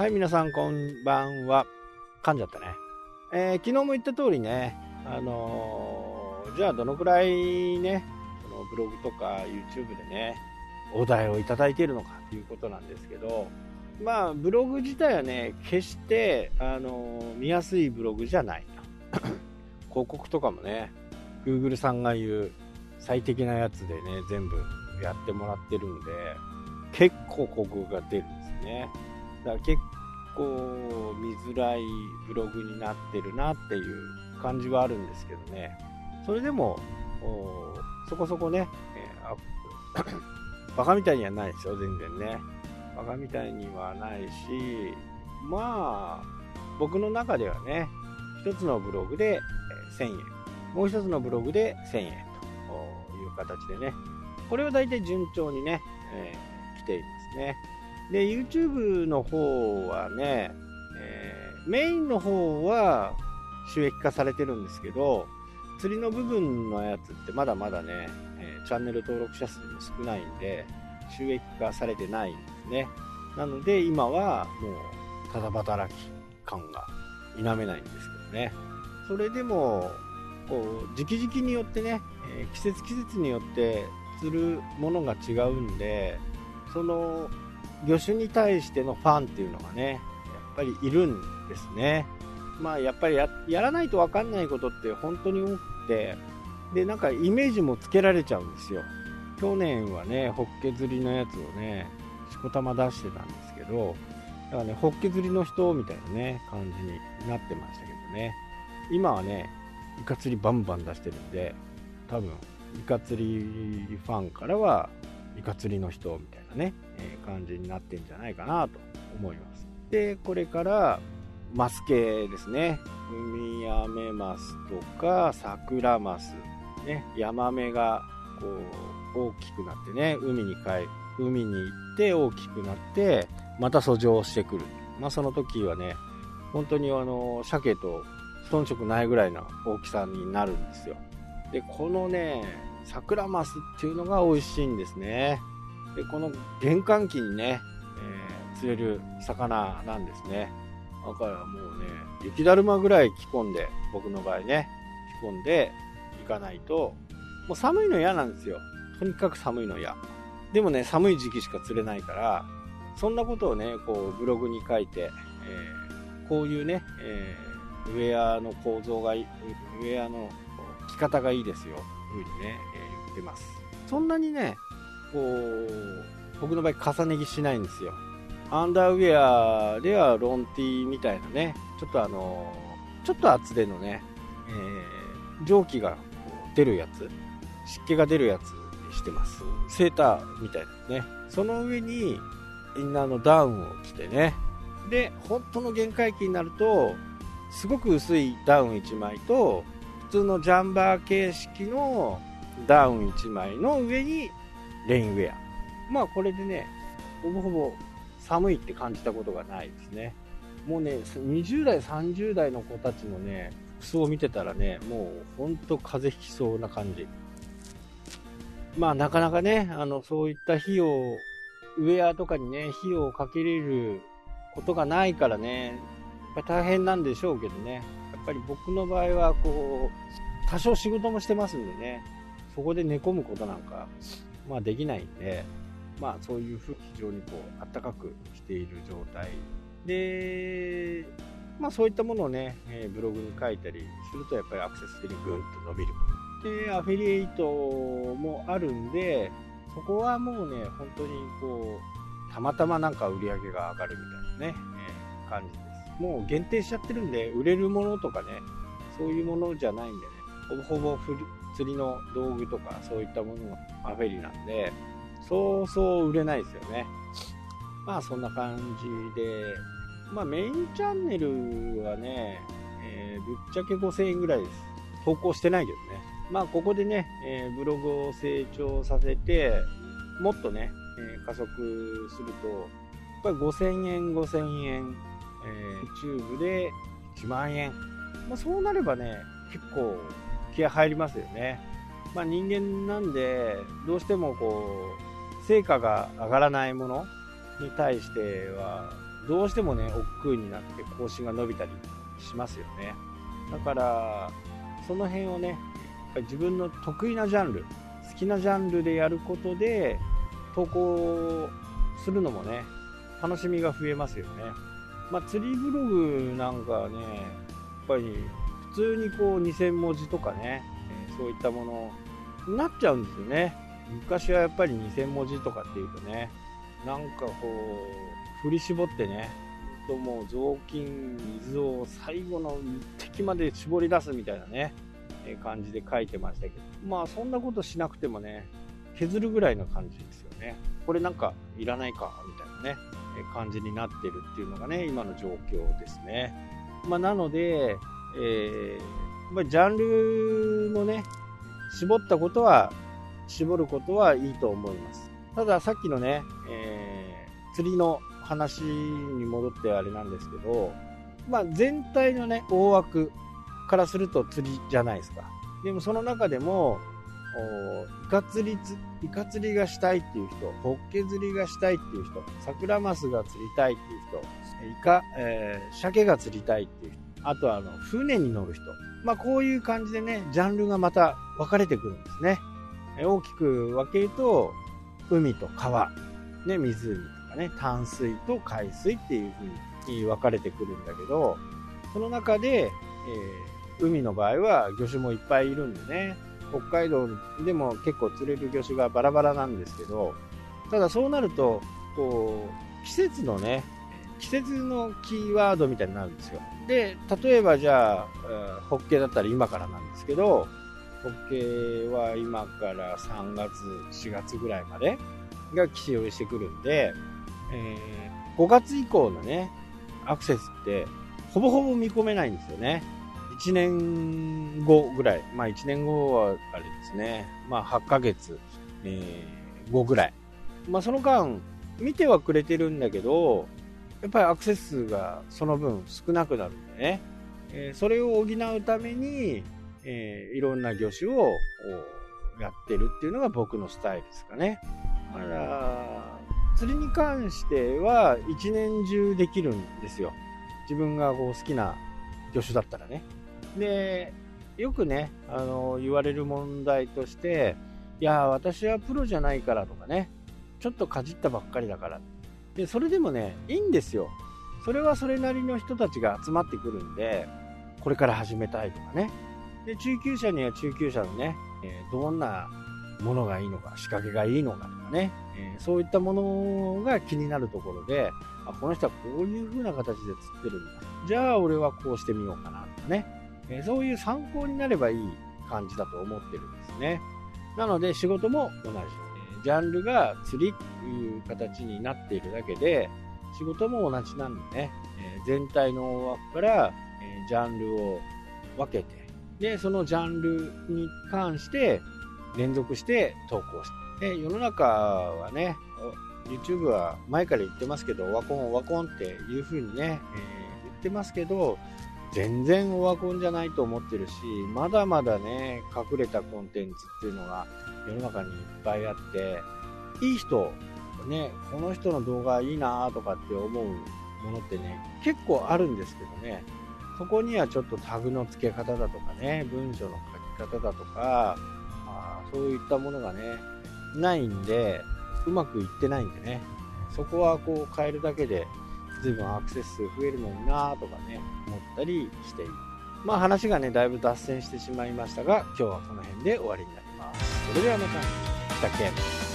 はい、皆さんこんばんは。噛んじゃったね。昨日も言った通りね、じゃあどのくらいね、そのブログとか YouTube でね、お題をいただいているのかということなんですけど、まあブログ自体はね、決して見やすいブログじゃないと。広告とかもね、Google さんが言う最適なやつでね、全部やってもらってるんで、結構広告が出るんですね。だから結構見づらいブログになってるなっていう感じはあるんですけどね。それでもそこそこね、バカみたいにはないですよ、全然ね。バカみたいにはないし、まあ僕の中ではね、一つのブログで1000円、もう一つのブログで1000円という形でね、これを大体順調にね、来ていますね。で YouTube の方はね、メインの方は収益化されてるんですけど、釣りの部分のやつってまだまだね、チャンネル登録者数も少ないんで収益化されてないんですね。なので今はもうただ働き感が否めないんですけどね。それでもこう時期時期によってね、季節によって釣るものが違うんで、その魚種に対してのファンっていうのがね、やっぱりいるんですね。まあやっぱり やらないと分かんないことって本当に多くて、でなんかイメージもつけられちゃうんですよ。去年はね、ホッケ釣りのやつをね、しこたま出してたんですけど、だからね、ホッケ釣りの人みたいなね感じになってましたけどね、今はねイカ釣りバンバン出してるんで、多分イカ釣りファンからはイカ釣りの人みたいなね、感じになってんじゃないかなと思います。でこれからマス系ですね、ウミヤメマスとかサクラマス、ね、ヤマメがこう大きくなってね、海に行って大きくなってまた遡上してくる。まあその時はね、本当に鮭と遜色ないぐらいの大きさになるんですよ。でこのねサクラマスっていうのが美味しいんですね。でこの玄関期にね、釣れる魚なんですね。だからもうね、雪だるまぐらい着込んで、僕の場合ね着込んでいかないと、もう寒いの嫌なんですよ。とにかく寒いの嫌。でもね、寒い時期しか釣れないから、そんなことをねこうブログに書いて、こういうね、ウェアの構造がウェアの着方がいいですよというふうにね、言ってます。そんなにねこう僕の場合重ね着しないんですよ。アンダーウェアではロンティーみたいなね、ちょっと厚手のね、蒸気が出るやつ、湿気が出るやつにしてます。セーターみたいなね。その上にインナーのダウンを着てね、で本当の限界期になるとすごく薄いダウン1枚と普通のジャンバー形式のダウン1枚の上にレインウェア、まあこれでねほぼほぼ寒いって感じたことがないですね。もうね20代30代の子たちのね服装を見てたらね、もうほんと風邪ひきそうな感じ。まあなかなかねそういった費用、ウェアとかにね費用をかけれることがないからね、やっぱ大変なんでしょうけどね。やっぱり僕の場合はこう多少仕事もしてますんでね、そこで寝込むことなんかまあできないんで、まあそういうふうに非常にこう暖かくしている状態で、まあそういったものをね、ブログに書いたりするとやっぱりアクセス的にグンと伸びる。でアフィリエイトもあるんで、そこはもうね本当にこうたまたまなんか売り上げが上がるみたいなね、感じです。もう限定しちゃってるんで、売れるものとかねそういうものじゃないんでね、ほぼ釣りの道具とかそういったものがアフィリなんで、そうそう売れないですよね。まあそんな感じで、まあメインチャンネルはね、ぶっちゃけ5000円ぐらいです。投稿してないけどね。まあここでね、ブログを成長させて、もっとね、加速すると、やっぱり5000円、YouTube で1万円。まあそうなればね、結構気合入りますよね。まあ人間なんで、どうしてもこう、成果が上がらないものに対してはどうしてもね億劫になって更新が伸びたりしますよね。だからその辺をね自分の得意なジャンル、好きなジャンルでやることで投稿するのもね楽しみが増えますよね。釣りブログなんかはねやっぱり普通にこう2000文字とかね、そういったものになっちゃうんですよね。昔はやっぱり2000文字とかっていうとね、なんかこう振り絞ってね、もう雑巾水を最後の一滴まで絞り出すみたいなね感じで書いてましたけど、そんなことしなくてもね削るぐらいの感じですよね。これなんかいらないかみたいなね感じになってるっていうのがね今の状況ですね。なので、ジャンルもね絞ることはいいと思います。たださっきのね、釣りの話に戻ってあれなんですけど、全体のね大枠からすると釣りじゃないですか。でもその中でもイカ釣りがしたいっていう人、ホッケ釣りがしたいっていう人、サクラマスが釣りたいっていう人、鮭が釣りたいっていう人、あとは船に乗る人、こういう感じでねジャンルがまた分かれてくるんですね。大きく分けると海と川、ね、湖とかね淡水と海水っていう風に分かれてくるんだけど、その中で、海の場合は魚種もいっぱいいるんでね、北海道でも結構釣れる魚種がバラバラなんですけど、ただそうなるとこう季節のキーワードみたいになるんですよ。で例えばじゃあホッケだったら今からなんですけど、ホッケは今から3月4月ぐらいまでが期をしてくるんで、5月以降のねアクセスってほぼほぼ見込めないんですよね。1年後ぐらい、1年後はあれですね、8ヶ月、後ぐらい、その間見てはくれてるんだけど、やっぱりアクセス数がその分少なくなるんでね、それを補うために、いろんな魚種をやってるっていうのが僕のスタイルですかね。だから釣りに関しては一年中できるんですよ。自分がこう好きな魚種だったらね。でよくね、言われる問題として、いや私はプロじゃないからとかね、ちょっとかじったばっかりだからで、それでもねいいんですよ。それはそれなりの人たちが集まってくるんで、これから始めたいとかね、で中級者には中級者のね、どんなものがいいのか、仕掛けがいいのかとかね、そういったものが気になるところで、この人はこういう風な形で釣ってるんだ、じゃあ俺はこうしてみようかなとかね、そういう参考になればいい感じだと思ってるんですね。なので仕事も同じ、ジャンルが釣りという形になっているだけで仕事も同じなんでね、全体の大枠から、ジャンルを分けて、でそのジャンルに関して連続して投稿して、で世の中はね YouTube は前から言ってますけど、オワコンっていう風にね、言ってますけど、全然オワコンじゃないと思ってるし、まだまだね隠れたコンテンツっていうのが世の中にいっぱいあって、いい人ね、この人の動画いいなとかって思うものってね結構あるんですけどね、そこにはちょっとタグの付け方だとかね、文章の書き方だとか、そういったものがねないんで、うまくいってないんでね、そこはこう変えるだけで随分アクセス数増えるのになとかね思ったりしている。話がねだいぶ脱線してしまいましたが、今日はこの辺で終わりになります。それではまた。したっけ。